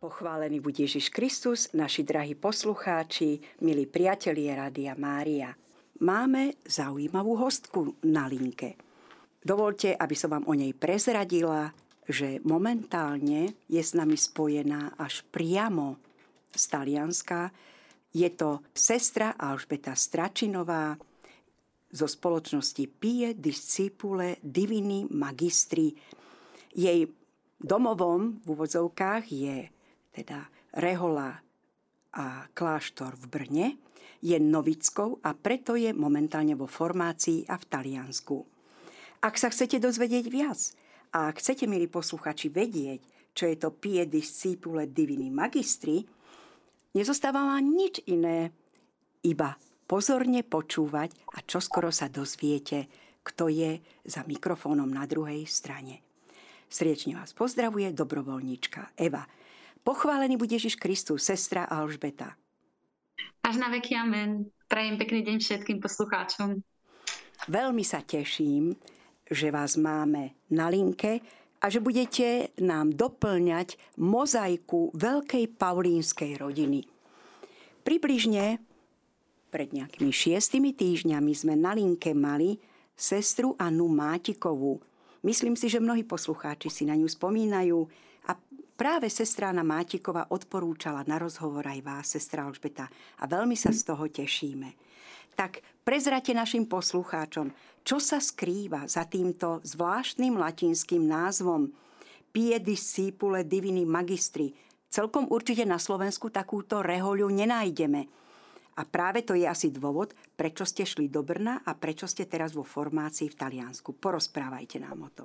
Pochválený buď Ježiš Kristus, naši drahí poslucháči, milí priatelia Rádia Mária. Máme zaujímavú hostku na linke. Dovolte, aby som vám o nej prezradila, že momentálne je s nami spojená až priamo z Talianska. Je to sestra Alžbeta Stračinová zo spoločnosti Pie Discipule Divini Magistri. Jej domovom v úvodzovkách je teda rehoľa a kláštor v Brne, je novickou a preto je momentálne vo formácii a v Taliansku. Ak sa chcete dozvedieť viac a ak chcete, milí posluchači, vedieť, čo je to Pie Discipule Divini Magistri, nezostáva vám nič iné, iba pozorne počúvať a čoskoro sa dozviete, kto je za mikrofónom na druhej strane. Srdečne vás pozdravuje dobrovoľníčka Eva. Pochválený buď Ježiš Kristus, sestra Alžbeta. Až na veky amen. Prajem pekný deň všetkým poslucháčom. Veľmi sa teším, že vás máme na linke a že budete nám doplňať mozaiku veľkej paulínskej rodiny. Približne pred nejakými 6 týždňami sme na linke mali sestru Annu Mátikovú. Myslím si, že mnohí poslucháči si na ňu spomínajú a práve sestra Anna Mátiková odporúčala na rozhovor aj vás, sestra Alžbeta, a veľmi sa z toho tešíme. Tak prezrate našim poslucháčom, čo sa skrýva za týmto zvláštnym latinským názvom Pie Discipule Divini Magistri. Celkom určite na Slovensku takúto rehoľu nenájdeme. A práve to je asi dôvod, prečo ste šli do Brna a prečo ste teraz vo formácii v Taliansku. Porozprávajte nám o tom.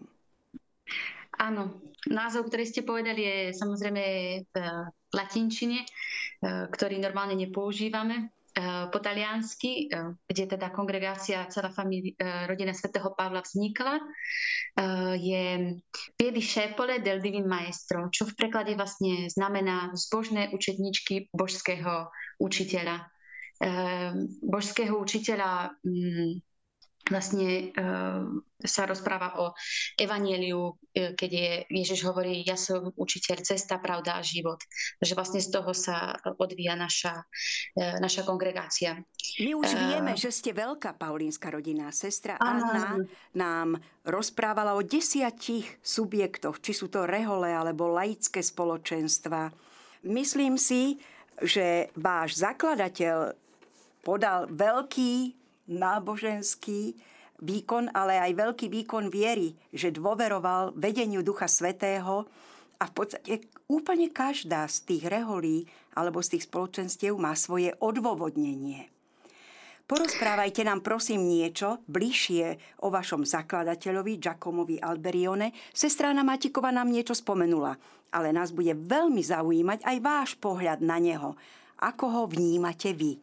Áno, názov, ktorý ste povedali, je samozrejme v latinčine, ktorý normálne nepoužívame. Po taliansky, kde teda kongregácia, celá rodina svätého Pavla vznikla, je Pie Discepole del Divin Maestro, čo v preklade vlastne znamená zbožné učedničky božského učiteľa. Božského učiteľa vlastne sa rozpráva o evanjeliu, keď Ježiš hovorí, ja som učiteľ, cesta, pravda a život. Takže vlastne z toho sa odvíja naša kongregácia. My už vieme, že ste veľká paulínska rodina. Sestra Anna nám rozprávala o 10 subjektoch, či sú to rehole alebo laické spoločenstva. Myslím si, že váš zakladateľ podal veľký náboženský výkon, ale aj veľký výkon viery, že dôveroval vedeniu Ducha Svätého a v podstate úplne každá z tých reholí alebo z tých spoločenstiev má svoje odôvodnenie. Porozprávajte nám prosím niečo bližšie o vašom zakladateľovi Giacomovi Alberione. Sestra Anna Mátiková nám niečo spomenula, ale nás bude veľmi zaujímať aj váš pohľad na neho. Ako ho vnímate vy?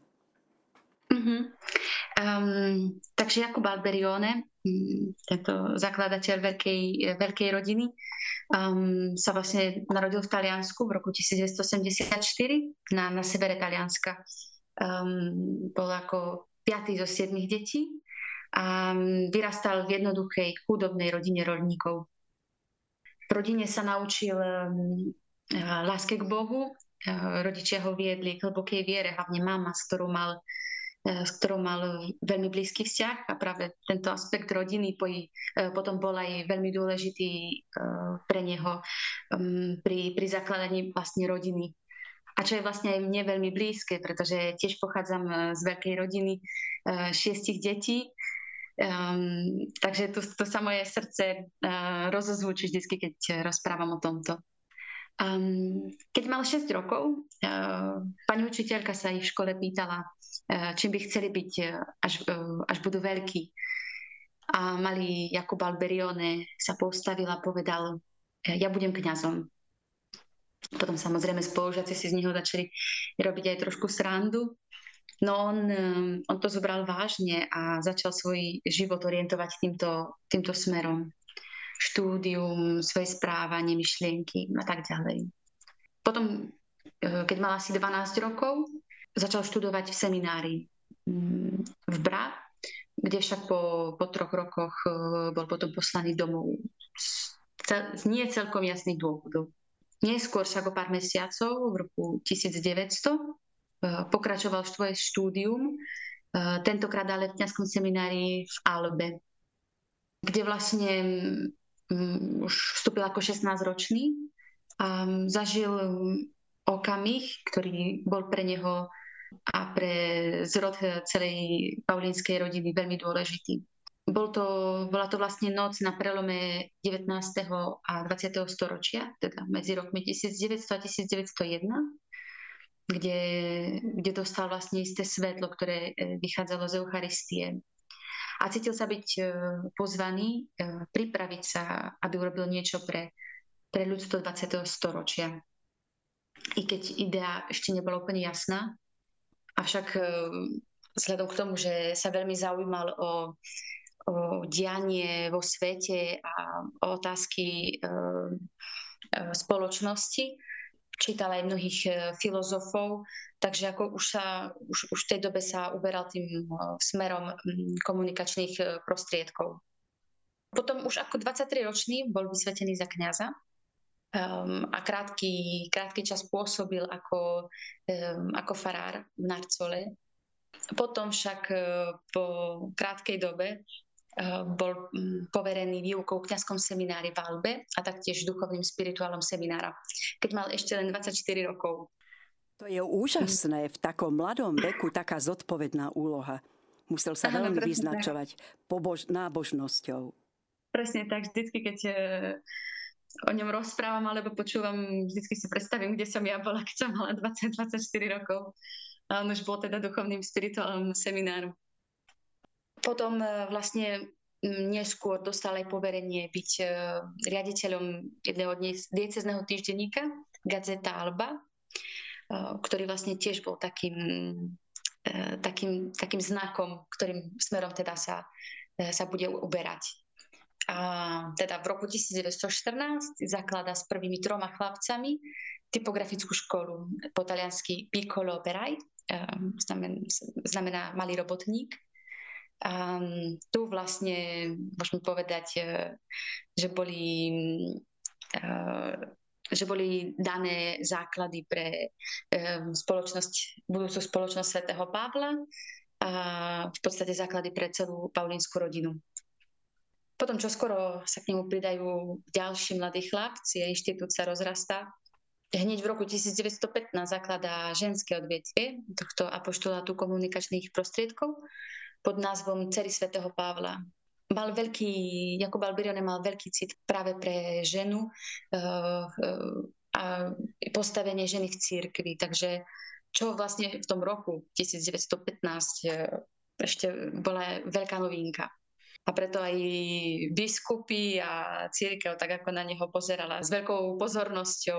Takže Jakub Alberione, tento zakladateľ veľkej rodiny, sa vlastne narodil v Taliansku v roku 1974 na severe Talianska. Bol ako 5. zo 7 detí a vyrastal v jednoduchej, chudobnej rodine roľníkov. V rodine sa naučil láske k Bohu. Rodičia ho viedli k hlbokej viere, hlavne mama, s ktorou mal veľmi blízky vzťah, a práve tento aspekt rodiny potom bol aj veľmi dôležitý pre neho pri zakladaní vlastne rodiny. A čo je vlastne aj mne veľmi blízke, pretože tiež pochádzam z veľkej rodiny 6 detí, takže to sa moje srdce rozozvučí vždy, keď rozprávam o tomto. Keď mal 6 rokov, pani učiteľka sa ich v škole pýtala, čím by chceli byť, až budú veľkí. A malý Jakub Alberione sa postavil a povedal, ja budem kňazom. Potom samozrejme spolužiaci si z neho začali robiť aj trošku srandu. No on to zobral vážne a začal svoj život orientovať týmto smerom. Štúdium, svoje správanie, myšlienky a tak ďalej. Potom, keď mal asi 12 rokov, začal študovať v seminári v Bra, kde však po 3 rokoch bol potom poslaný domov z nie celkom jasných dôvodov. Neskôr však o pár mesiacov, v roku 1900, pokračoval svoje štúdium, tentokrát ale v kňazskom seminári v Albe, kde vlastne už vstúpil ako 16-ročný a zažil okamih, ktorý bol pre neho a pre zrod celej paulínskej rodiny veľmi dôležitý. Bola to vlastne noc na prelome 19. a 20. storočia, teda medzi rokmi 1900 a 1901, kde dostal vlastne isté svetlo, ktoré vychádzalo z Eucharistie. A cítil sa byť pozvaný pripraviť sa, aby urobil niečo pre ľudstvo 20. storočia. I keď idea ešte nebola úplne jasná, avšak vzhľadom k tomu, že sa veľmi zaujímal o dianie vo svete a o otázky spoločnosti, čítal aj mnohých filozofov, takže ako už v tej dobe sa uberal tým smerom komunikačných prostriedkov. Potom už ako 23-ročný bol vysvetený za kňaza a krátky čas pôsobil ako farár v Narcole. Potom však po krátkej dobe bol poverený výukou v kňazskom seminári v Albe a taktiež duchovným spirituálom seminára, keď mal ešte len 24 rokov. To je úžasné, v takom mladom veku taká zodpovedná úloha. Musel sa veľmi vyznačovať nábožnosťou. Presne tak, vždycky, keď o ňom rozprávam alebo počúvam, vždycky si predstavím, kde som ja bola, keď som mala 20-24 rokov. A on už bol teda duchovným spirituálom semináru. Potom vlastne neskôr dostal aj poverenie byť riaditeľom jedného diecézneho týždenníka Gazeta Alba, ktorý vlastne tiež bol takým znakom, ktorým smerom teda sa bude uberať. A teda v roku 1914 zakladá s prvými 3 chlapcami typografickú školu, po taliansky Piccolo Operai, znamená malý robotník. A tu vlastne môžeme povedať, že boli dané základy pre budúcu spoločnosť svätého Pavla a v podstate základy pre celú paulínsku rodinu. Potom čoskoro sa k nemu pridajú ďalší mladí chlapci a inštitút sa rozrastá. Hneď v roku 1915 zakladá ženské odvetvie tohto apoštolátu komunikačných prostriedkov pod názvom Dcery svätého Pavla. Jakub Alberione mal veľký cit práve pre ženu a postavenie ženy v cirkvi. Takže čo vlastne v tom roku 1915 ešte bola veľká novinka. A preto aj biskupy a cirkev tak ako na neho pozerala s veľkou pozornosťou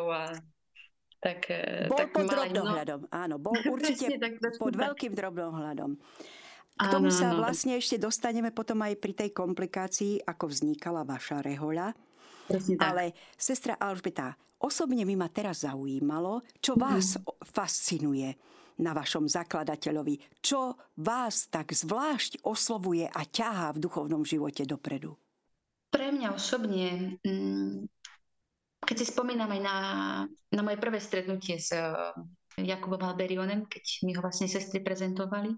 bol pod drobnohľadom. Áno, bol určite pod veľkým drobnohľadom. K tomu sa vlastne ešte dostaneme potom aj pri tej komplikácii, ako vznikala vaša rehoľa. Ale sestra Alžbeta, osobne by ma teraz zaujímalo, čo vás fascinuje na vašom zakladateľovi. Čo vás tak zvlášť oslovuje a ťahá v duchovnom živote dopredu? Pre mňa osobne, keď si spomínam aj na moje prvé stretnutie s Jakubom Alberionem, keď mi ho vlastne sestry prezentovali,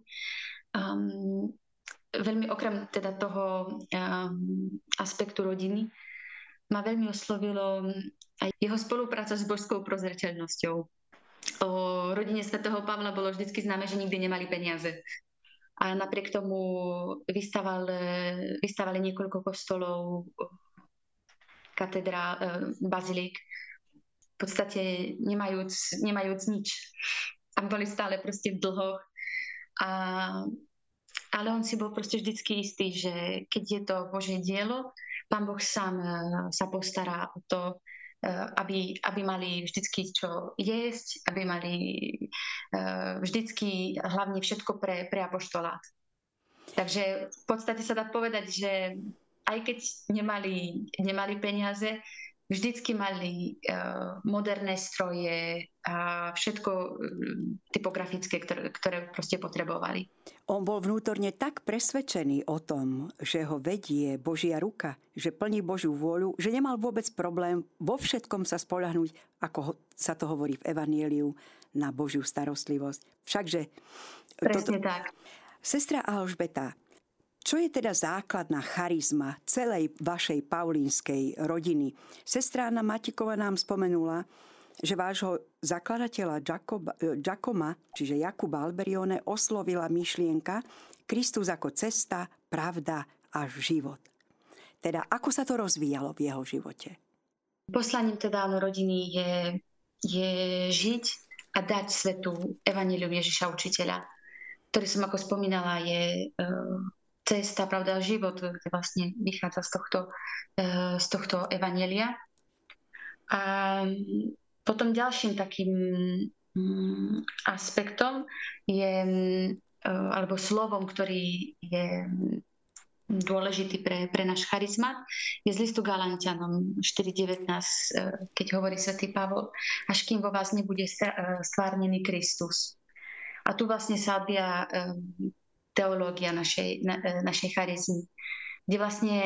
veľmi okrem teda toho aspektu rodiny ma veľmi oslovilo aj jeho spolupráca s božskou prozreteľnosťou. O rodine svätého Pavla bolo vždycky známe, že nikdy nemali peniaze. A napriek tomu vystavali niekoľko kostolov, bazilík, v podstate nemajúc nič. A boli stále proste v dlhoch. Ale on si bol proste vždycky istý, že keď je to Božie dielo, Pán Boh sám sa postará o to, aby mali vždycky čo jesť, aby mali vždycky hlavne všetko pre apoštolát. Takže v podstate sa dá povedať, že aj keď nemali peniaze, vždycky mali moderné stroje a všetko typografické, ktoré proste potrebovali. On bol vnútorne tak presvedčený o tom, že ho vedie Božia ruka, že plní Božiu vôľu, že nemal vôbec problém vo všetkom sa spoľahnúť, ako sa to hovorí v Evanjeliu, na Božiu starostlivosť. Všakže... Presne tak. Sestra Alžbeta, čo je teda základná charizma celej vašej paulínskej rodiny? Sestra Anna Matiková nám spomenula, že vášho zakladateľa Giacoma, čiže Jakuba Alberione, oslovila myšlienka Kristus ako cesta, pravda a život. Teda ako sa to rozvíjalo v jeho živote? Poslaním teda rodiny je žiť a dať svetu evanjelium Ježiša učiteľa, ktorý som ako spomínala je cesta, pravda, život, kde vlastne vychádza z tohto evanjelia. A potom ďalším takým aspektom je, alebo slovom, ktorý je dôležitý pre náš charizmat, je z listu Galanťanom 4.19, keď hovorí svätý Pavol, až kým vo vás nebude stvárnený Kristus. A tu vlastne sa odvíja teológia našej charizmy, kde vlastne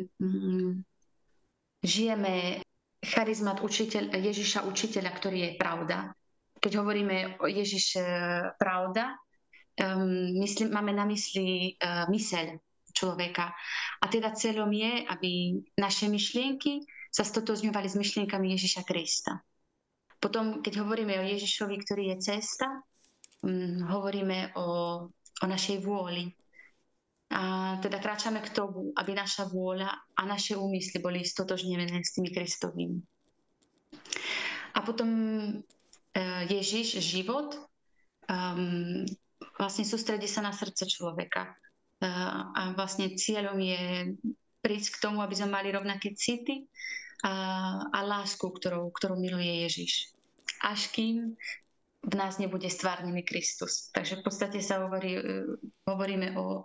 žijeme charizmat Ježiša učiteľa, ktorý je pravda. Keď hovoríme o Ježiš pravda, máme na mysli myseľ človeka. A teda cieľom je, aby naše myšlienky sa stotožňovali s myšlienkami Ježiša Krista. Potom, keď hovoríme o Ježišovi, ktorý je cesta, hovoríme o našej vôli. A teda kráčame k tomu, aby naša vôľa a naše úmysly boli stotožnené s tými Kristovými. A potom Ježiš, život, vlastne sústredí sa na srdce človeka. A vlastne cieľom je prísť k tomu, aby sme mali rovnaké city a lásku, ktorú miluje Ježiš. Až kým v nás nebude stvárnený Kristus. Takže v podstate sa hovoríme o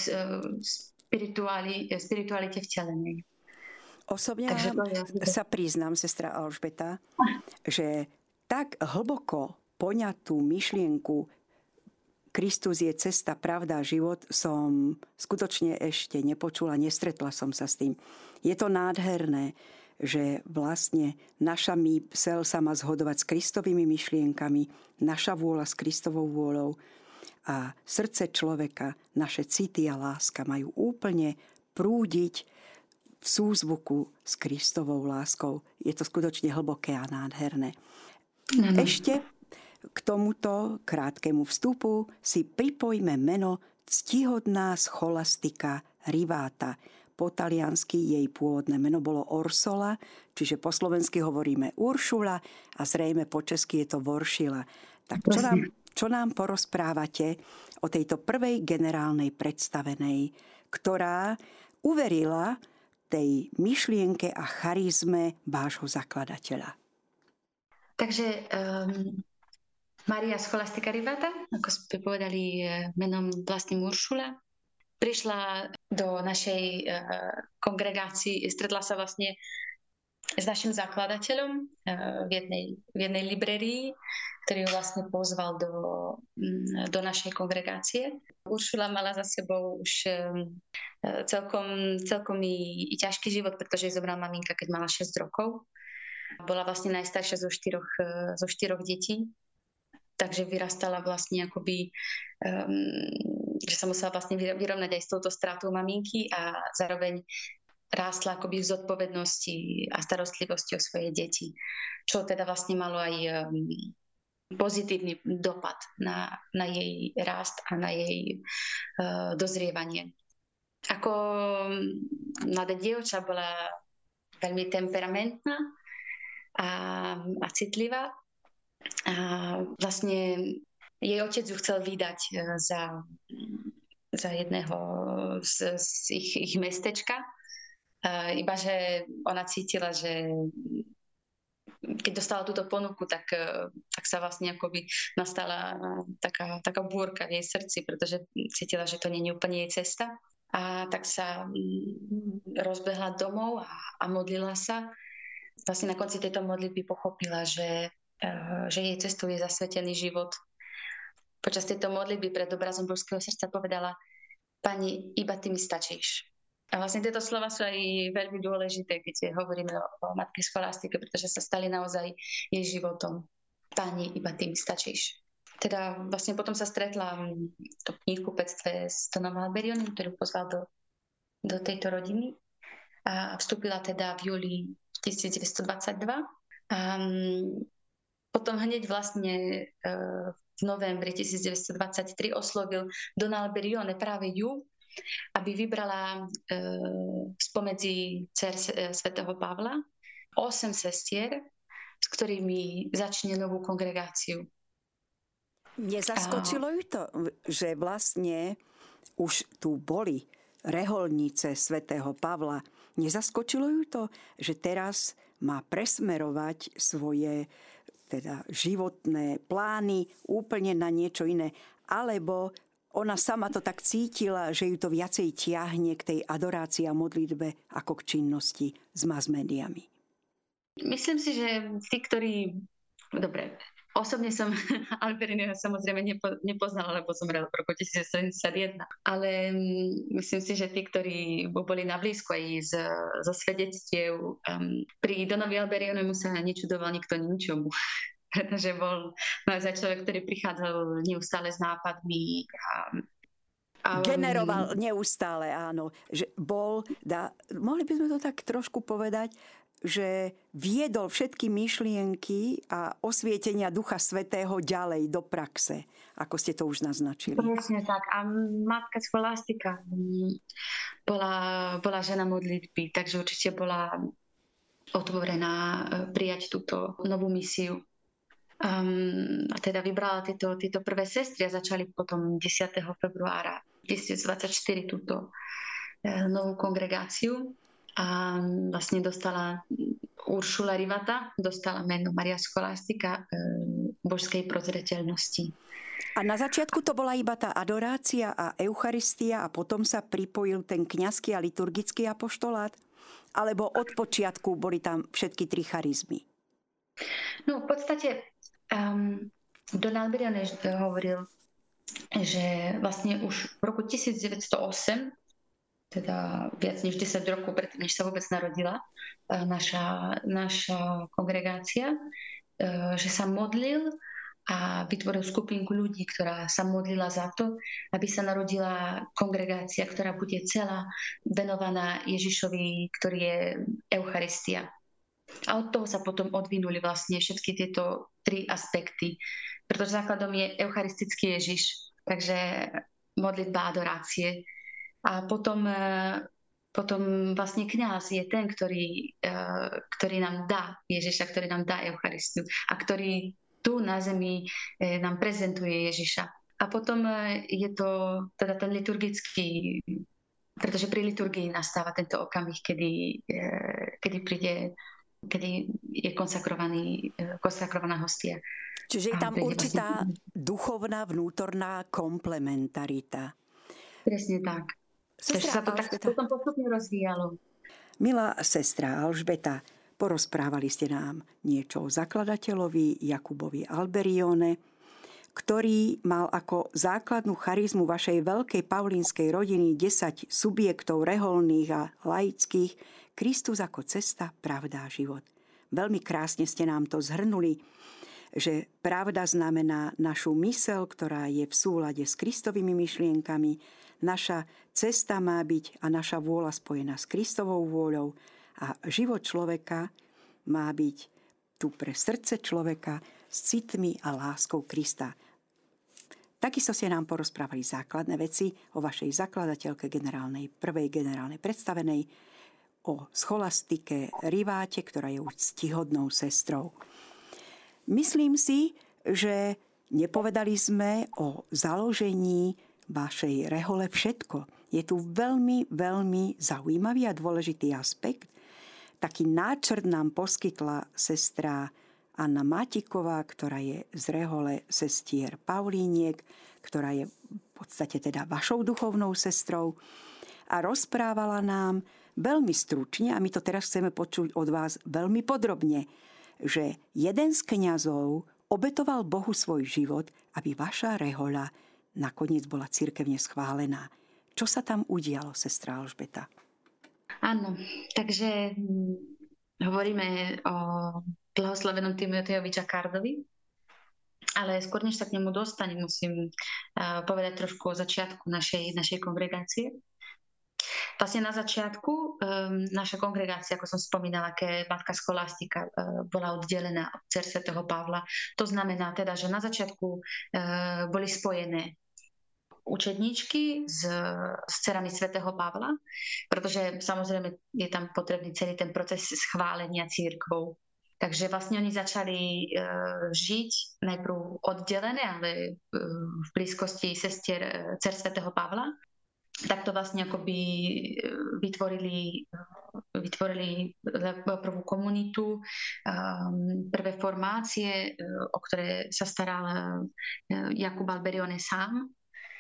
spiritualite vtelenej. Osobne sa priznám, sestra Alžbeta, že tak hlboko poňatú myšlienku Kristus je cesta, pravda a život som skutočne ešte nepočula, nestretla som sa s tým. Je to nádherné, že vlastne naša myseľ sa má zhodovať s Kristovými myšlienkami, naša vôľa s Kristovou vôľou a srdce človeka, naše city a láska majú úplne prúdiť v súzvuku s Kristovou láskou. Je to skutočne hlboké a nádherné. Ešte k tomuto krátkemu vstupu si pripojme meno ctihodná scholastika Riváta. Po taliansky jej pôvodné meno bolo Orsola, čiže po slovensky hovoríme Uršula a zrejme po česky je to Voršila. Tak čo nám porozprávate o tejto prvej generálnej predstavenej, ktorá uverila tej myšlienke a charizme vášho zakladateľa? Takže Maria Scholastica Rivata, ako sme povedali menom vlastným Uršula, prišla do našej kongregácii, stretla sa vlastne s našim zakladateľom v jednej librerii, ktorý ju vlastne pozval do našej kongregácie. Uršula mala za sebou už celkom i ťažký život, pretože jej zobrala maminka, keď mala 6 rokov. Bola vlastne najstaršia zo štyroch detí, takže vyrastala vlastne akoby že sa musela vlastne vyrovnať aj s touto stratou maminky a zároveň rástla akoby v zodpovednosti a starostlivosti o svoje deti, čo teda vlastne malo aj pozitívny dopad na jej rast a na jej dozrievanie. Ako mladá dievča bola veľmi temperamentná a citlivá a vlastne jej otec ju chcel vydať za jedného z ich mestečka. Iba že ona cítila, že keď dostala túto ponuku, tak sa vlastne akoby nastala taká búrka v jej srdci, pretože cítila, že to nie je úplne jej cesta. A tak sa rozbehla domov a modlila sa vlastne na konci tejto modlitby pochopila, že jej cestou je zasvetený život. Počas tejto modlitby pred obrazom Božského srdca povedala: Pani, iba ty mi stačíš. A vlastne tieto slova sú aj veľmi dôležité, keď hovoríme o matke Scholastike, pretože sa stali naozaj jej životom. Pani, iba ty mi stačíš. Teda vlastne potom sa stretla v knihkupectve s Donom Alberionem, ktorý pozval do tejto rodiny, a vstúpila teda v júli 1922. A potom hneď vlastne v novembri 1923 oslovil Don Alberione práve ju, aby vybrala spomedzi dcer svätého Pavla 8 sestier, s ktorými začne novú kongregáciu. Nezaskočilo ju to, že vlastne už tu boli reholnice svätého Pavla. Nezaskočilo ju to, že teraz má presmerovať svoje teda životné plány úplne na niečo iné, alebo ona sama to tak cítila, že ju to viacej tiahne k tej adorácii a modlitbe ako k činnosti s mass médiami? Myslím si, že tí, ktorí... Dobre, osobne som Alberineho samozrejme nepoznala, lebo som v roku 1971. Ale myslím si, že tí, ktorí boli na blízku aj zo svedectiev, pri Donovi Alberionemu sa nečudoval nikto ničomu. Pretože bol naozaj človek, ktorý prichádzal neustále s nápadmi. Generoval neustále, áno. Že mohli by sme to tak trošku povedať, že viedol všetky myšlienky a osvietenia Ducha Svätého ďalej do praxe, ako ste to už naznačili. Presne tak. A matka Scholastika bola žena modlitby, takže určite bola otvorená prijať túto novú misiu. A teda vybrala tieto prvé sestry a začali potom 10. februára 2024 túto novú kongregáciu. A vlastne dostala Uršula Rivata, dostala meno Maria Scholastica božskej prozreteľnosti. A na začiatku to bola iba tá adorácia a Eucharistia a potom sa pripojil ten kňazský a liturgický apoštolát? Alebo od počiatku boli tam všetky tri charizmy? No v podstate Don Alberione hovoril, že vlastne už v roku 1908, teda viac než 10 rokov predtým, než sa vôbec narodila naša kongregácia, že sa modlil a vytvoril skupinku ľudí, ktorá sa modlila za to, aby sa narodila kongregácia, ktorá bude celá venovaná Ježišovi, ktorý je Eucharistia. A od toho sa potom odvinuli vlastne všetky tieto tri aspekty, pretože základom je eucharistický Ježiš, takže modlitba adorácie. A potom vlastne kňaz je ten, ktorý nám dá Ježiša, ktorý nám dá Eucharistiu a ktorý tu na zemi nám prezentuje Ježiša. A potom je to teda ten liturgický, pretože pri liturgii nastáva tento okamih, kedy je konsakrovaná hostia. Čiže je tam určitá duchovná vnútorná komplementarita. Presne tak. Takže sa to tak potom postupne rozvíjalo. Milá sestra Alžbeta, porozprávali ste nám niečo o zakladateľovi Jakubovi Alberione, ktorý mal ako základnú charizmu vašej veľkej paulínskej rodiny 10 subjektov reholných a laických, Kristus ako cesta, pravda a život. Veľmi krásne ste nám to zhrnuli, že pravda znamená našu myseľ, ktorá je v súlade s Kristovými myšlienkami, naša cesta má byť a naša vôľa spojená s Kristovou vôľou a život človeka má byť tu pre srdce človeka s citmi a láskou Krista. Takisto ste nám porozprávali základné veci o vašej zakladateľke prvej generálnej predstavenej, o Scholastike Riváte, ktorá je už ctihodnou sestrou. Myslím si, že nepovedali sme o založení vašej rehole všetko. Je tu veľmi, veľmi zaujímavý a dôležitý aspekt. Taký náčrt nám poskytla sestra Anna Mátiková, ktorá je z rehole sestier Paulíniek, ktorá je v podstate teda vašou duchovnou sestrou a rozprávala nám veľmi stručne, a my to teraz chceme počuť od vás veľmi podrobne, že jeden z kňazov obetoval Bohu svoj život, aby vaša rehoľa nakoniec bola cirkevne schválená. Čo sa tam udialo, sestra Alžbeta? Áno, takže hovoríme o blahoslavenom Timotejovi Jacquardovi, ale skôr než sa k nemu dostanem, musím povedať trošku o začiatku našej kongregácie. Vlastne na začiatku naša kongregácia, ako som spomínala, ako matka scholastika, bola oddelená od dcer svätého Pavla. To znamená teda, že na začiatku boli spojené učedníčky s dcerami svätého Pavla, pretože samozrejme je tam potrebný celý ten proces schválenia cirkvou. Takže vlastne oni začali žiť najprv oddelené, ale v blízkosti sestier dcer svätého Pavla. Takto vlastne akoby vytvorili prvú komunitu, prvé formácie, o ktoré sa staral Jakub Alberione sám.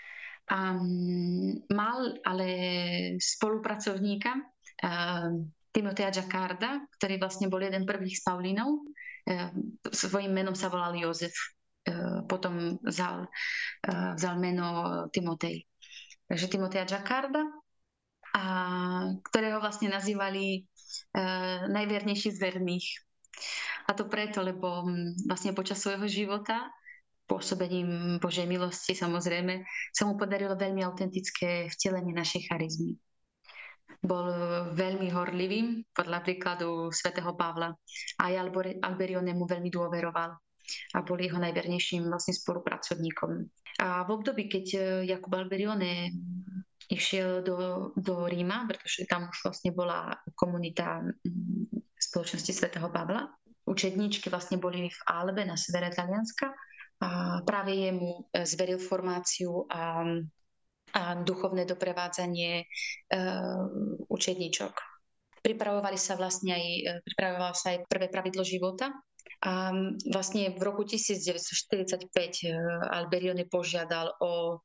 Mal ale spolupracovníka Timoteja Jacquarda, ktorý vlastne bol jeden prvých z Paulínov. Svojím menom sa volal Jozef. Potom vzal meno Timotej. Takže Timoteja Jacquarda, ktorého vlastne nazývali najvernejší z verných. A to preto, lebo vlastne počas svojho života pôsobením Božej milosti, samozrejme, sa mu podarilo veľmi autentické vtelenie našej charizmy. Bol veľmi horlivý, podľa príkladu svätého Pavla. A aj Alberione mu veľmi dôveroval a bol jeho najvernejším vlastne spolupracovníkom. A v období, keď Jakub Alberione išiel do Ríma, pretože tam už vlastne bola komunita spoločnosti svätého Pavla, učedníčky vlastne boli v Albe na severe Talianska, a práve jemu zveril formáciu a duchovné doprevádzanie učedníčok. Pripravovalo sa aj prvé pravidlo života. A vlastne v roku 1945 Alberione požiadal o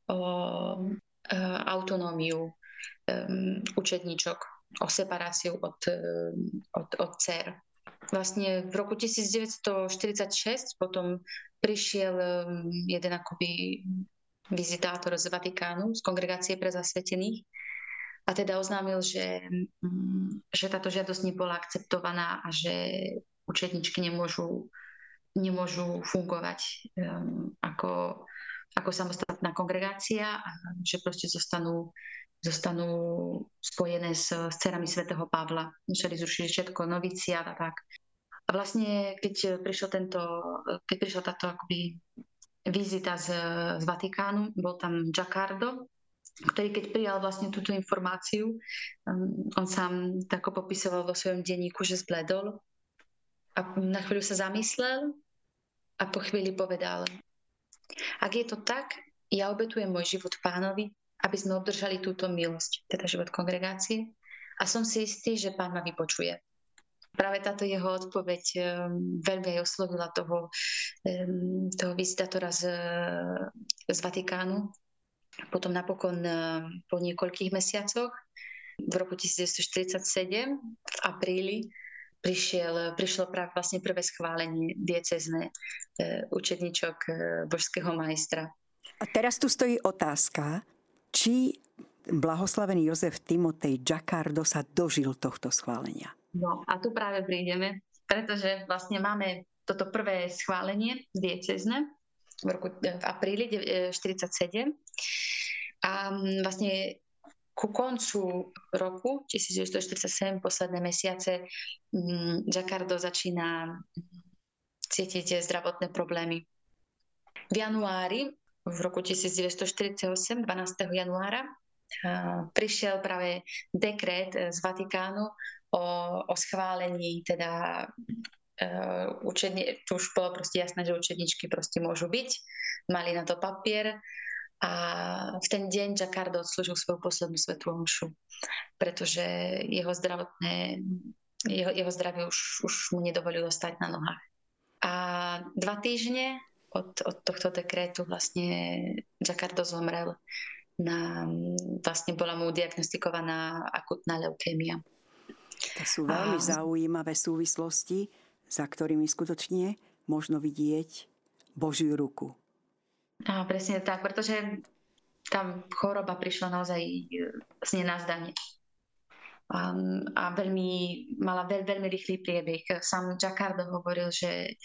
autonómiu učedníčok, o separáciu od dcer. Vlastne v roku 1946 potom prišiel jeden akoby vizitátor z Vatikánu, z Kongregácie pre zasvetených, a teda oznámil, že táto žiadosť nebola akceptovaná a že učedničky nemôžu fungovať ako samostatná kongregácia a že proste zostanú spojené s dcerami svätého Pavla. Museli zrušiť všetko, noviciát a tak. A vlastne, keď prišla táto akoby vizita z Vatikánu, bol tam Jacquardo, ktorý keď prijal vlastne túto informáciu, on sám tako popisoval vo svojom denníku, že zbledol a na chvíľu sa zamyslel a po chvíli povedal: ak je to tak, ja obetujem môj život Pánovi, aby sme obdržali túto milosť, teda život kongregácie, a som si istý, že Pán ma vypočuje. Práve táto jeho odpoveď veľmi aj oslovila toho vizitátora z Vatikánu. Potom napokon po niekoľkých mesiacoch, v roku 1947, v apríli, prišlo práve vlastne prvé schválenie diecézne učedníčok božského majstra. A teraz tu stojí otázka, či blahoslavený Jozef Timotej Jacquardo sa dožil tohto schválenia. No a tu práve prídeme, pretože vlastne máme toto prvé schválenie diecézne v apríli 1947 a vlastne ku koncu roku 1947, posledné mesiace, Jacquardo začína cítiť zdravotné problémy. V januári, v roku 1948, 12. januára, prišiel práve dekret z Vatikánu o schválení, teda tu už bolo proste jasné, že učedničky proste môžu byť, mali na to papier. A v ten deň Jacquardo odslúžil svoju poslednú svätú omšu, pretože jeho zdravie už mu nedovolilo stať na nohách. A 2 týždne od tohto dekrétu vlastne Jacquardo zomrel vlastne bola mu diagnostikovaná akutná leukémia. To sú veľmi zaujímavé súvislosti, za ktorými skutočne možno vidieť Božiu ruku. Presne tak, pretože tá choroba prišla naozaj z nenazdanie. A mala veľmi rýchly priebeh. Sám Jacquard hovoril, že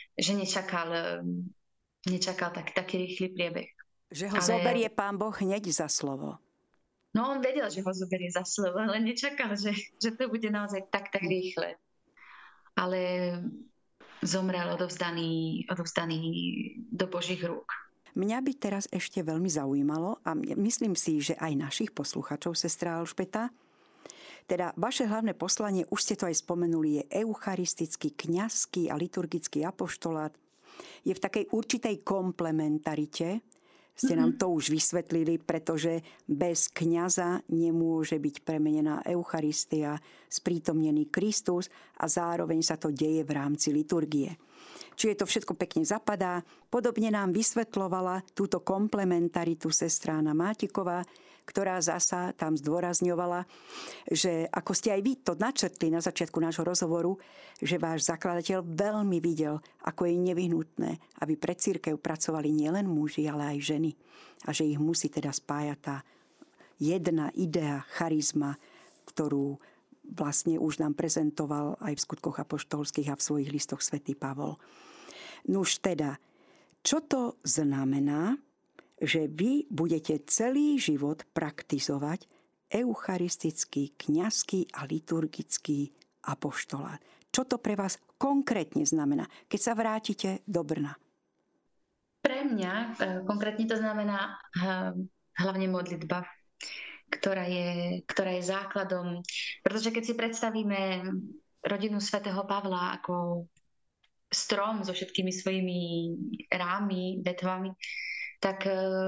nečakal taký rýchly priebeh. Že ho zoberie Pán Boh hneď za slovo. No on vedel, že ho zoberie za slovo, ale nečakal, že to bude naozaj tak rýchle. Ale zomrel odovzdaný do Božích rúk. Mňa by teraz ešte veľmi zaujímalo, a myslím si, že aj našich posluchačov, sestra Alžbeta, teda vaše hlavné poslanie, už ste to aj spomenuli, je eucharistický, kňazský a liturgický apoštolát. Je v takej určitej komplementarite. Ste nám to už vysvetlili, pretože bez kňaza nemôže byť premenená Eucharistia, sprítomnený Kristus a zároveň sa to deje v rámci liturgie. Čiže to všetko pekne zapadá. Podobne nám vysvetľovala túto komplementaritu sestra Anna Mátiková, ktorá zasa tam zdôrazňovala, že ako ste aj vy to načrtli na začiatku nášho rozhovoru, že váš zakladateľ veľmi videl, ako je nevyhnutné, aby pre cirkev pracovali nielen muži, ale aj ženy. A že ich musí teda spájať tá jedna idea, charizma, ktorú vlastne už nám prezentoval aj v skutkoch apoštolských a v svojich listoch svätý Pavol. Nuž teda, čo to znamená, že vy budete celý život praktizovať eucharistický, kňazský a liturgický apoštolát? Čo to pre vás konkrétne znamená, keď sa vrátite do Brna? Pre mňa konkrétne to znamená hlavne modlitba, ktorá je základom. Pretože keď si predstavíme rodinu svätého Pavla ako strom so všetkými svojimi rámy, vetvami, tak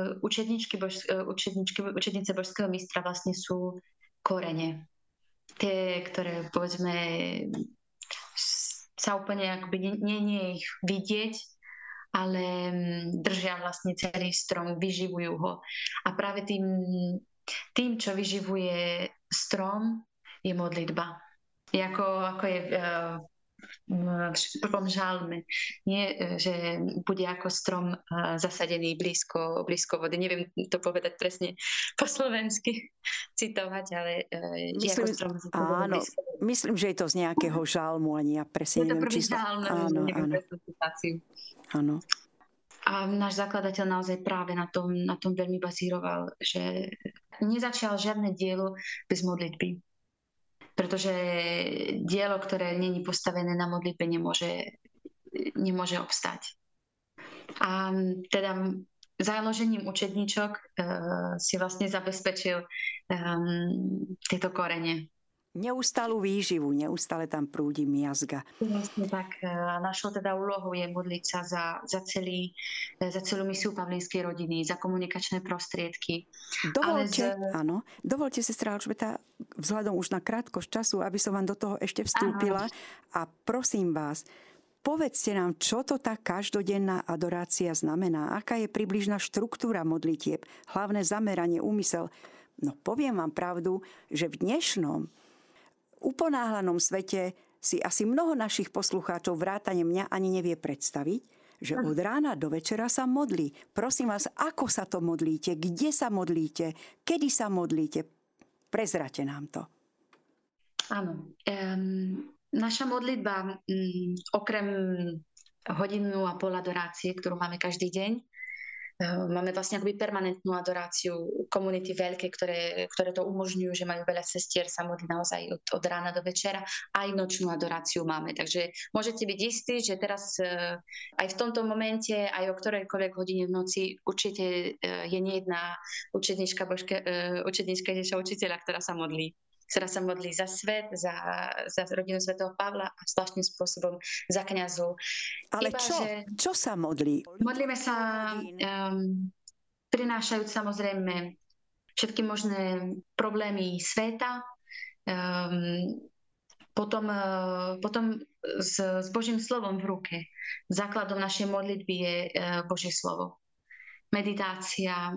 učednice božského mistra vlastne sú korene. Tie, ktoré povedzme sa úplne akoby nie je ich vidieť, ale držia vlastne celý strom, vyživujú ho. A práve tým, čo vyživuje strom, je modlitba. Ako je v prvom žalme. Nie, že bude ako strom zasadený blízko vody. Neviem to povedať presne po slovensky citovať, ale myslím, ako strom áno, blízko vody. Myslím, že je to z nejakého žalmu, ani ja presne neviem číslo. Áno. Áno. A náš zakladateľ naozaj práve na tom veľmi bazíroval, že nezačal žiadne dielo bez modlitby. Pretože dielo, ktoré nie je postavené na modlitbe, nemôže obstať. A teda založením učedníčok si vlastne zabezpečil tieto korene. Neustalú výživu, neustále tam prúdi miazga. Vlastne tak. Našou teda úlohou je modliť sa za celú misiu pavlínskej rodiny, za komunikačné prostriedky. Dovolte, sestra Alžbeta, vzhľadom už na krátkosť času, aby som vám do toho ešte vstúpila. A prosím vás, povedzte nám, čo to tá každodenná adorácia znamená, aká je približná štruktúra modlitieb, hlavné zameranie, úmysel. No poviem vám pravdu, že v dnešnom uponáhlanom svete si asi mnoho našich poslucháčov vrátane mňa ani nevie predstaviť, že od rána do večera sa modlí. Prosím vás, ako sa to modlíte? Kde sa modlíte? Kedy sa modlíte? Prezrate nám to. Áno. Naša modlitba, okrem hodinu a pol adorácie, ktorú máme každý deň, máme vlastne akoby permanentnú adoráciu komunity veľké, ktoré to umožňujú, že majú veľa sestier sa modliť naozaj od rána do večera. Aj nočnú adoráciu máme. Takže môžete byť istí, že teraz aj v tomto momente, aj o ktorejkoľvek hodine v noci určite je nejedná učednička Ježiša učiteľa, ktorá sa modlí za svet, za rodinu svätého Pavla a zvláštnym spôsobom za kňazov. Ale čo sa modlí? Modlíme sa, prinášajúc samozrejme všetky možné problémy sveta, potom s Božím slovom v ruke. Základom našej modlitby je Božie slovo. meditácia,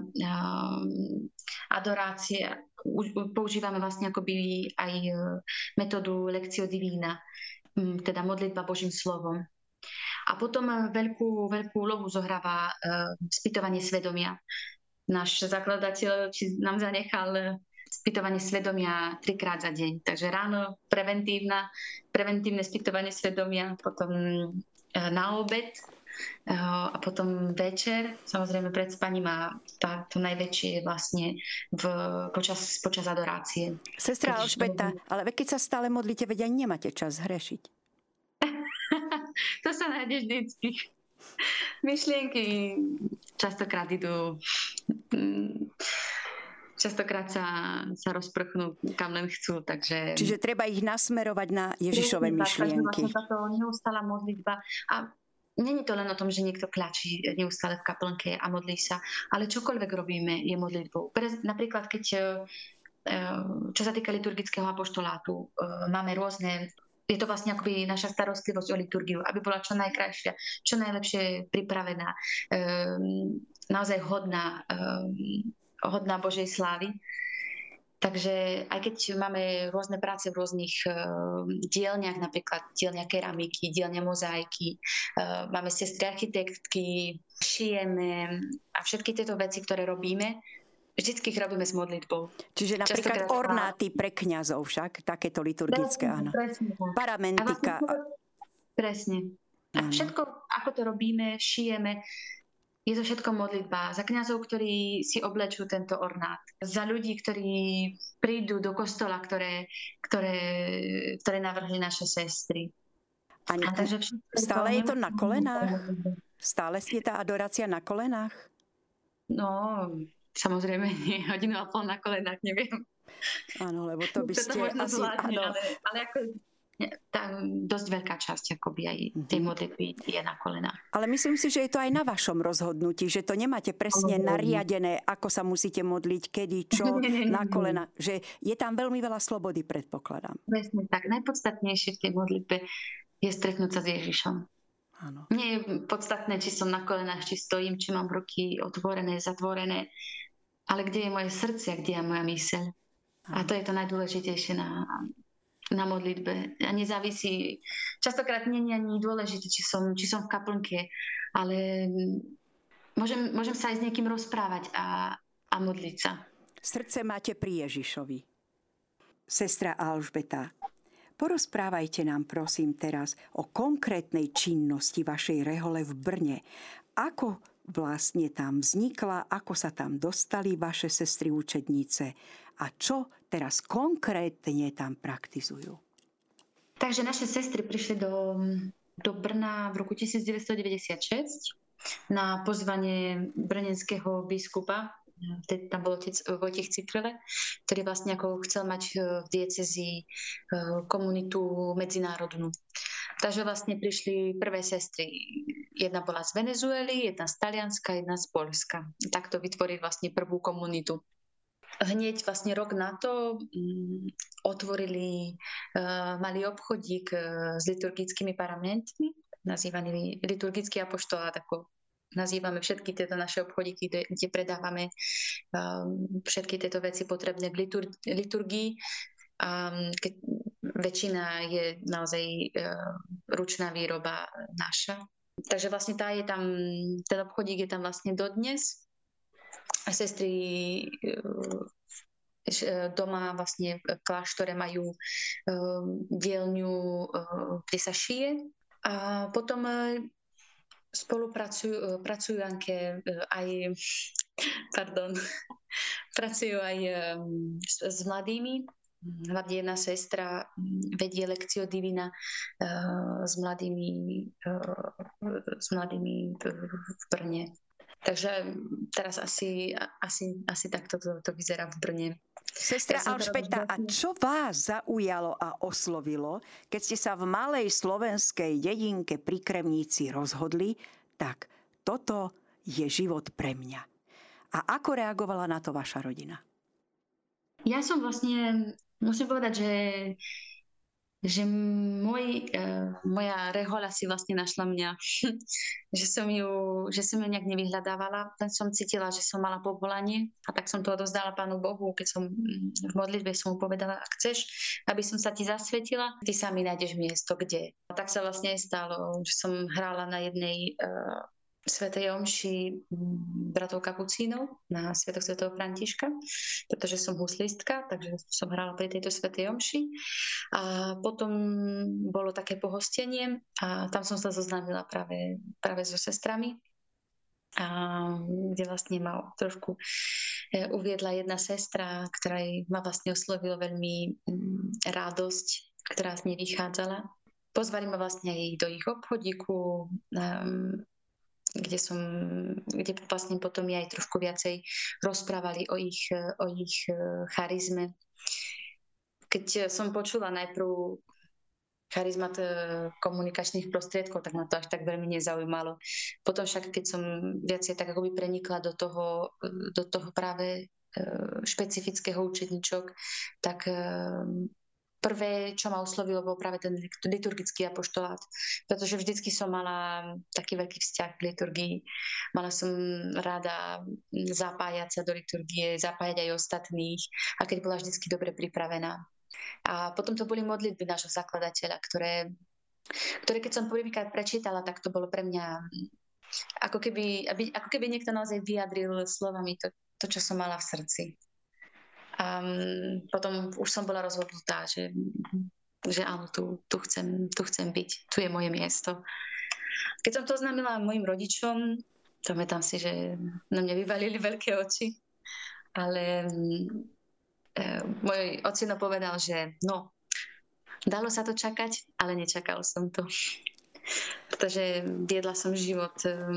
adorácia. Používame vlastne akoby aj metódu Lectio Divina, teda modlitba Božím slovom. A potom veľkú úlohu zohráva spýtovanie svedomia. Náš zakladateľ nám zanechal spýtovanie svedomia 3-krát za deň. Takže ráno preventívne spýtovanie svedomia, potom na obed a potom večer, samozrejme pred spaním, a to najväčšie je vlastne počas adorácie. Sestra Alžbeta, ale keď sa stále modlíte, veď ani nemáte čas hrešiť. To sa nájde vždycky. Myšlienky častokrát sa rozprchnú kam len chcú, takže... Čiže treba ich nasmerovať na Ježišove myšlienky. Takže táto neustála modlitba. A není to len o tom, že niekto kľačí neustále v kaplnke a modlí sa, ale čokoľvek robíme je modlitbou. Napríklad, čo sa týka liturgického apoštolátu, máme rôzne... Je to vlastne akoby naša starostlivosť o liturgiu, aby bola čo najkrajšia, čo najlepšie pripravená, naozaj hodná Božej slávy. Takže aj keď máme rôzne práce v rôznych dielniach, napríklad dielňa keramiky, dielňa mozaiky, máme sestry architektky, šijeme a všetky tieto veci, ktoré robíme, vždycky ich robíme s modlitbou. Čiže napríklad ornáty pre kňazov však, takéto liturgické, áno. Presne. Paramentika. Presne. A všetko, ako to robíme, šijeme, je to všetko modlitba. Za kňazov, ktorí si oblečú tento ornát. Za ľudí, ktorí prídu do kostola, ktoré navrhli naše sestry. Takže stále je to na kolenách? Stále je tá adorácia na kolenách? No... Samozrejme, nie, 1,5 hodiny na kolenách, neviem. Áno, lebo to by ste asi... Zvládne, ale ako tá dosť veľká časť akoby aj tej modlitby je na kolenách. Ale myslím si, že je to aj na vašom rozhodnutí, že to nemáte presne nariadené, ako sa musíte modliť, kedy, čo, na kolena. Že je tam veľmi veľa slobody, predpokladám. Presne tak. Najpodstatnejšie v tej modlitbe je stretnúť sa s Ježišom. Áno. Nie je podstatné, či som na kolenách, či stojím, či mám ruky otvorené, zatvorené, ale kde je moje srdce a kde je moja myseľ. A to je to najdôležitejšie na modlitbe. A nezávisí, častokrát nie je ani dôležité, či som v kaplnke, ale môžem sa aj s niekým rozprávať a modliť sa. Srdce máte pri Ježišovi. Sestra Alžbeta, porozprávajte nám prosím teraz o konkrétnej činnosti vašej rehole v Brne. Ako vlastne tam vznikla, ako sa tam dostali vaše sestry učednice a čo teraz konkrétne tam praktizujú? Takže naše sestry prišli do Brna v roku 1996 na pozvanie brnenského biskupa. Tam bol otec Vojtech Citrele, ktorý vlastne ako chcel mať v diecézii komunitu medzinárodnú. Takže vlastne prišli prvé sestry. Jedna bola z Venezuely, jedna z Talianska, jedna z Poľska. Takto vytvorili vlastne prvú komunitu. Hneď vlastne rok na to otvorili malý obchodík s liturgickými paramentmi, nazývaný liturgický apoštolát, ako nazývame všetky tieto naše obchodíky, kde predávame všetky tieto veci potrebné k liturgii. Keď väčšina je naozaj ručná výroba naša. Takže vlastne ten obchodík je tam vlastne dodnes. A sestry doma vlastne v kláštore majú dielňu, kde sa šije. A potom pracujú aj s mladými. Hlavne jedna sestra vedie Lectio Divina s mladými v Brne. Takže teraz asi takto to vyzerá v Brne. Sestra Alžbeta, a čo vás zaujalo a oslovilo, keď ste sa v malej slovenskej dedinke pri Kremnici rozhodli, tak toto je život pre mňa. A ako reagovala na to vaša rodina? Ja som vlastne, musím povedať, že že moja rehoľa si vlastne našla mňa. že som ju nejak nevyhľadávala, len som cítila, že som mala povolanie a tak som to odovzdala Pánu Bohu, keď som v modlitbe som mu povedala, ak chceš, aby som sa ti zasvetila, ty sa mi nájdeš miesto, kde. A tak sa vlastne stalo, že som hrála na jednej svätej omši bratov kapucínov na sviatok svätého Františka, pretože som huslistka, takže som hrála pri tejto svätej omši. A potom bolo také pohostenie a tam som sa zoznámila práve so sestrami, a kde vlastne ma trošku uviedla jedna sestra, ktorej ma vlastne oslovila veľmi radosť, ktorá z nej vychádzala. Pozvali ma vlastne aj do ich obchodíku, kde vlastne potom aj trošku viacej rozprávali o ich charizme. Keď som počula najprv charizmat komunikačných prostriedkov, tak ma to až tak veľmi nezaujímalo. Potom však, keď som viacej tak akoby prenikla do toho práve špecifického učedničok, tak prvé, čo ma oslovilo, bol práve ten liturgický apoštolát, pretože vždycky som mala taký veľký vzťah k liturgii. Mala som rada zapájať sa do liturgie, zapájať aj ostatných, a keď bola vždycky dobre pripravená. A potom to boli modlitby nášho zakladateľa, ktoré keď som prvýkrát prečítala, tak to bolo pre mňa ako keby niekto naozaj vyjadril slovami to, čo som mala v srdci. A potom už som bola rozhodnutá, že áno, tu chcem byť, tu je moje miesto. Keď som to oznámila mojim rodičom, pamätám si, že na mňa vyvalili veľké oči, ale môj ocino povedal, že dalo sa to čakať, ale nečakal som to. Pretože viedla som život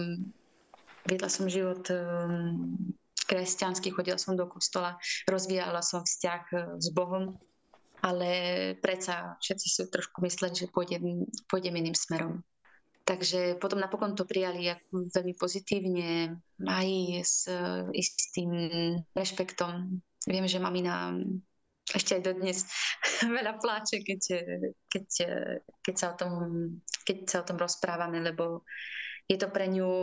kresťanský, chodila som do kostola, rozvíjala som vzťah s Bohom, ale predsa všetci si trošku mysleli, že pôjdem iným smerom. Takže potom napokon to prijali veľmi pozitívne, aj s istým rešpektom. Viem, že mamina ešte aj dodnes veľa pláče, keď sa o tom rozprávame, lebo je to pre ňu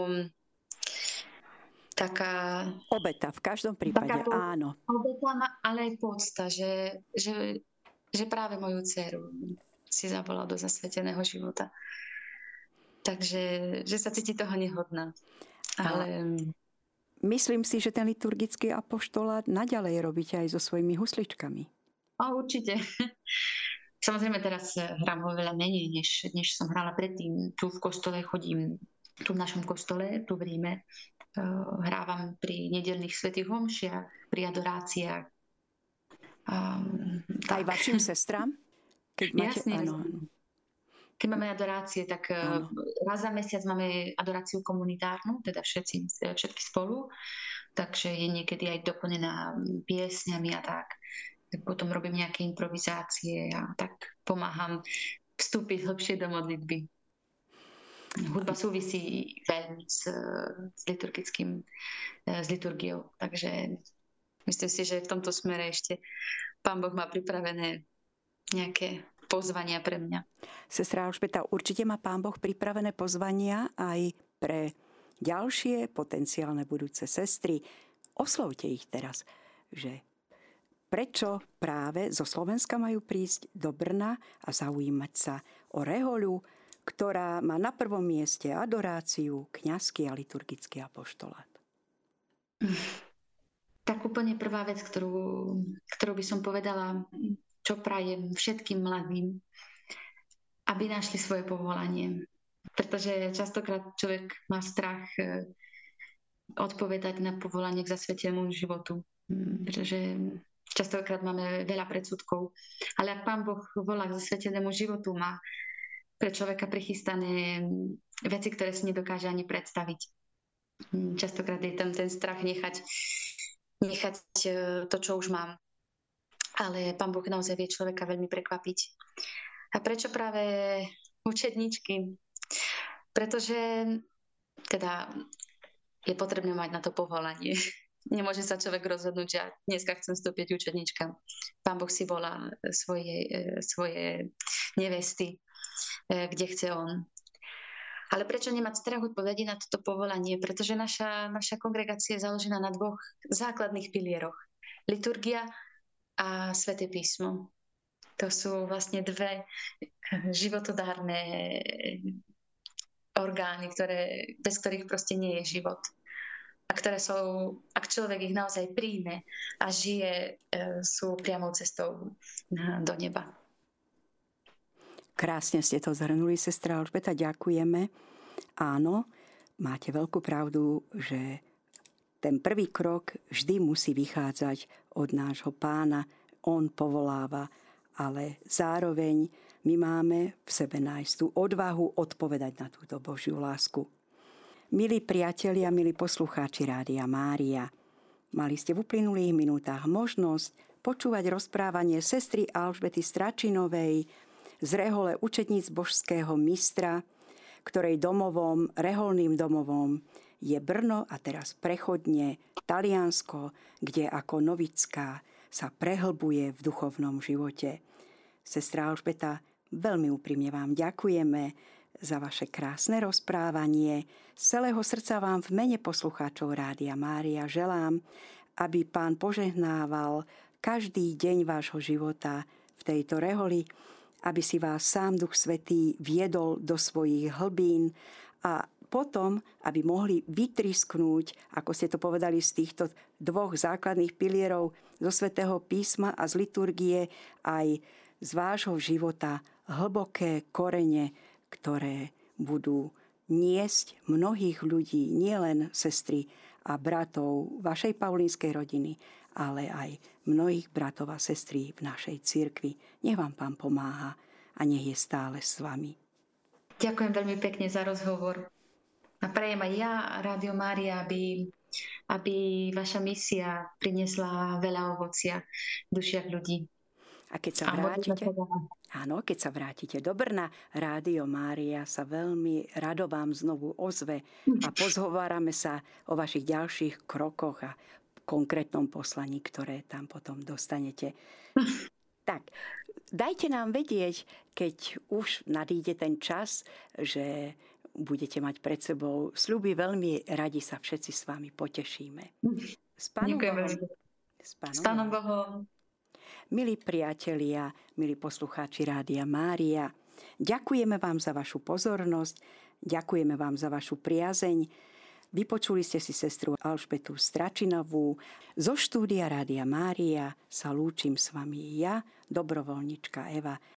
taká obeta, v každom prípade, áno. Obeta, ale aj podsta, že práve moju dceru si zavolal do zasveteného života. Takže, že sa cíti toho nehodná. Ale myslím si, že ten liturgický apoštolát naďalej robíte aj so svojimi husličkami. Určite. Samozrejme teraz hrám ho veľa menej, než som hrala predtým. Tu v kostole chodím, tu v našom kostole, tu v Ríme. Hrávam pri nedeľných svätých omšiach, pri adoráciách. Aj vašim sestram? Keď máte, jasne. Áno. Keď máme adorácie, tak raz za mesiac máme adoráciu komunitárnu, teda všetky spolu, takže je niekedy aj doplnená piesňami a tak. Potom robím nejaké improvizácie a tak pomáham vstúpiť hlbšie do modlitby. Hudba súvisí veľmi s liturgiou, takže myslím si, že v tomto smere ešte Pán Boh má pripravené nejaké pozvania pre mňa. Sestra Alžbeta, určite má Pán Boh pripravené pozvania aj pre ďalšie potenciálne budúce sestry. Oslovte ich teraz, že prečo práve zo Slovenska majú prísť do Brna a zaujímať sa o rehoľu, ktorá má na prvom mieste adoráciu, kňazský a liturgický apoštolát. Tak úplne prvá vec, ktorú by som povedala, čo prajem všetkým mladým, aby našli svoje povolanie. Pretože častokrát človek má strach odpovedať na povolanie k zasvetenému životu. Pretože častokrát máme veľa predsudkov. Ale ak Pán Boh volá k zasvetenému životu, má pre človeka prichystané veci, ktoré si nedokáže ani predstaviť. Častokrát je tam ten strach nechať to, čo už mám. Ale Pán Boh naozaj vie človeka veľmi prekvapiť. A prečo práve učedničky? Pretože teda je potrebné mať na to povolanie. Nemôže sa človek rozhodnúť, že dneska chcem vstúpiť učednička. Pán Boh si volá svoje nevesty, kde chce on. Ale prečo nemať strach odpovedí na toto povolanie? Pretože naša kongregácia je založená na dvoch základných pilieroch. Liturgia a Sväté písmo. To sú vlastne dve životodárne orgány, bez ktorých proste nie je život. A ktoré sú, ak človek ich naozaj príjme a žije, sú priamou cestou do neba. Krásne ste to zhrnuli, sestra Alžbeta, ďakujeme. Áno, máte veľkú pravdu, že ten prvý krok vždy musí vychádzať od nášho Pána. On povoláva, ale zároveň my máme v sebe nájsť tú odvahu odpovedať na túto Božiu lásku. Milí priatelia, milí poslucháči Rádia Mária, mali ste v uplynulých minútach možnosť počúvať rozprávanie sestry Alžbety Stračinovej z rehole učedníc božského mistra, ktorej reholným domovom je Brno a teraz prechodne Taliansko, kde ako novická sa prehlbuje v duchovnom živote. Sestra Alžbeta, veľmi úprimne vám ďakujeme za vaše krásne rozprávanie. Z celého srdca vám v mene poslucháčov Rádia Mária želám, aby Pán požehnával každý deň vášho života v tejto reholi, aby si vás sám Duch Svätý viedol do svojich hlbín a potom, aby mohli vytrisknúť, ako ste to povedali, z týchto dvoch základných pilierov zo Svätého písma a z liturgie aj z vášho života hlboké korene, ktoré budú niesť mnohých ľudí, nielen sestry a bratov vašej paulínskej rodiny, ale aj mnohých bratov a sestry v našej cirkvi. Nech vám Pán pomáha a nech je stále s vami. Ďakujem veľmi pekne za rozhovor. A prajem aj ja, Rádio Mária, aby vaša misia priniesla veľa ovocia v dušiach ľudí. A keď sa vrátite do Brna, Rádio Mária sa veľmi rado vám znovu ozve a pozhovárame sa o vašich ďalších krokoch a konkrétnom poslaní, ktoré tam potom dostanete. Tak, dajte nám vedieť, keď už nadíde ten čas, že budete mať pred sebou sľuby, veľmi radi sa všetci s vami potešíme. S Pánom Bohom. Milí priatelia, milí poslucháči Rádia Mária, ďakujeme vám za vašu pozornosť, ďakujeme vám za vašu priazeň. Vypočuli ste si sestru Alžbetu Stračinovú. Zo štúdia Rádia Mária sa lúčim s vami ja, dobrovoľnička Eva.